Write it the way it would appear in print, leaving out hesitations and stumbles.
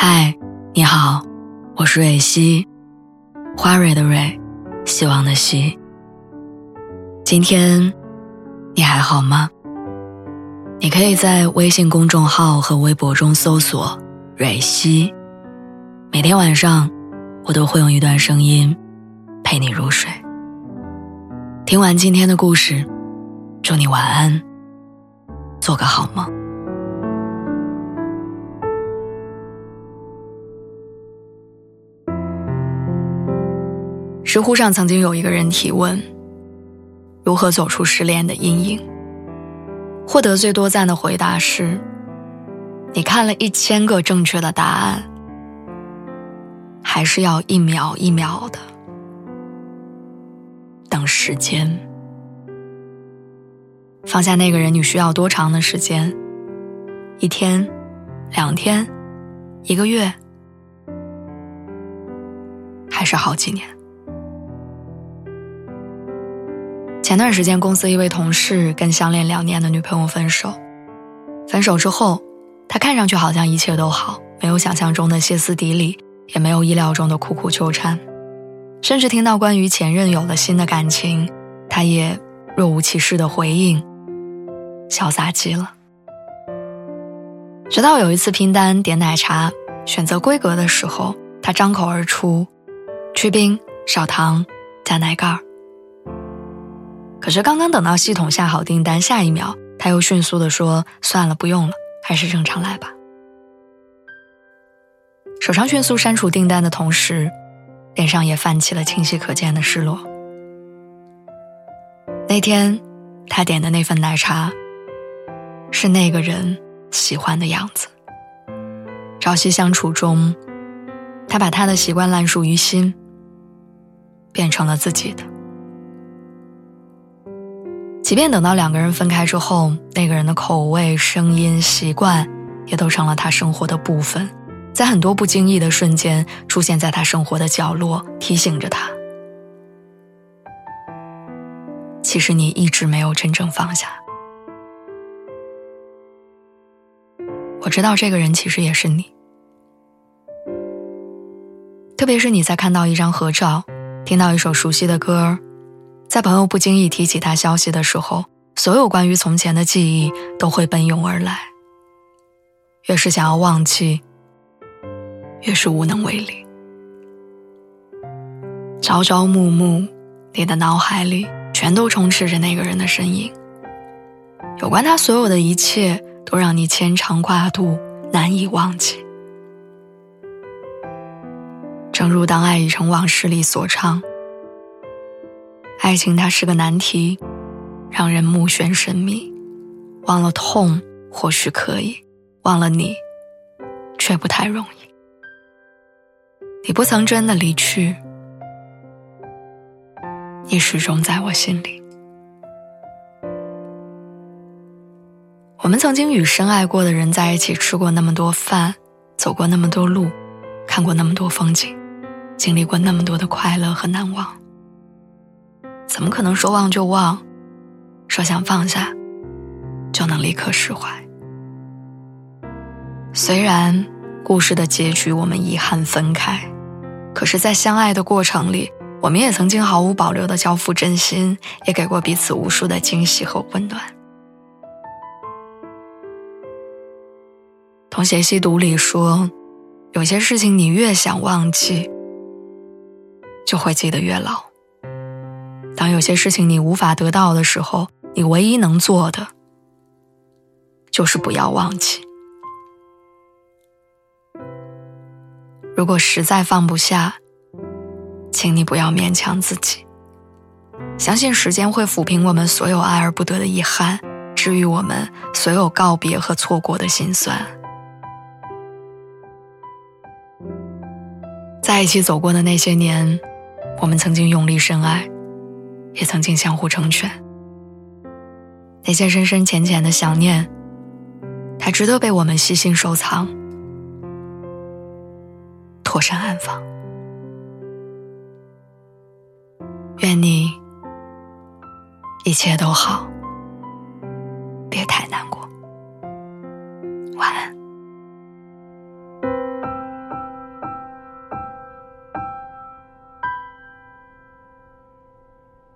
嗨，你好，我是蕊希，花蕊的蕊，希望的希。今天你还好吗？你可以在微信公众号和微博中搜索蕊希，每天晚上我都会用一段声音陪你入睡。听完今天的故事，祝你晚安，做个好梦。知乎上曾经有一个人提问，如何走出失恋的阴影？获得最多赞的回答是，你看了1000个正确的答案，还是要一秒一秒的等时间。放下那个人你需要多长的时间？1天、2天、1个月，还是好几年？前段时间公司一位同事跟相恋2年的女朋友分手。分手之后，他看上去好像一切都好，没有想象中的歇斯底里，也没有意料中的苦苦纠缠，甚至听到关于前任有了新的感情，他也若无其事的回应，潇洒极了。直到有一次拼单点奶茶选择规格的时候，他张口而出，去冰、少糖、加奶盖。可是刚刚等到系统下好订单，下一秒他又迅速地说，算了，不用了，还是正常来吧。手上迅速删除订单的同时，脸上也泛起了清晰可见的失落。那天他点的那份奶茶是那个人喜欢的样子。朝夕相处中，他把他的习惯烂熟于心，变成了自己的。即便等到2个人分开之后，那个人的口味、声音、习惯也都成了他生活的部分，在很多不经意的瞬间出现在他生活的角落，提醒着他，其实你一直没有真正放下。我知道这个人其实也是你，特别是你在看到一张合照，听到一首熟悉的歌，在朋友不经意提起他消息的时候，所有关于从前的记忆都会奔涌而来。越是想要忘记，越是无能为力。朝朝暮暮，你的脑海里全都充斥着那个人的身影，有关他所有的一切都让你牵肠挂肚，难以忘记。正如当爱已成往事里所唱，爱情它是个难题，让人目眩神迷。忘了痛或许可以，忘了你却不太容易。你不曾真的离去，你始终在我心里。我们曾经与深爱过的人在一起，吃过那么多饭，走过那么多路，看过那么多风景，经历过那么多的快乐和难忘。怎么可能说忘就忘，说想放下就能立刻释怀？虽然故事的结局我们遗憾分开，可是在相爱的过程里，我们也曾经毫无保留地交付真心，也给过彼此无数的惊喜和温暖。童写习读里说，有些事情你越想忘记，就会记得越牢。当有些事情你无法得到的时候，你唯一能做的就是不要忘记。如果实在放不下，请你不要勉强自己，相信时间会抚平我们所有爱而不得的遗憾，治愈我们所有告别和错过的心酸。在一起走过的那些年，我们曾经用力深爱，也曾经相互成全。那些深深浅浅的想念，它值得被我们细心收藏，妥善安放。愿你一切都好。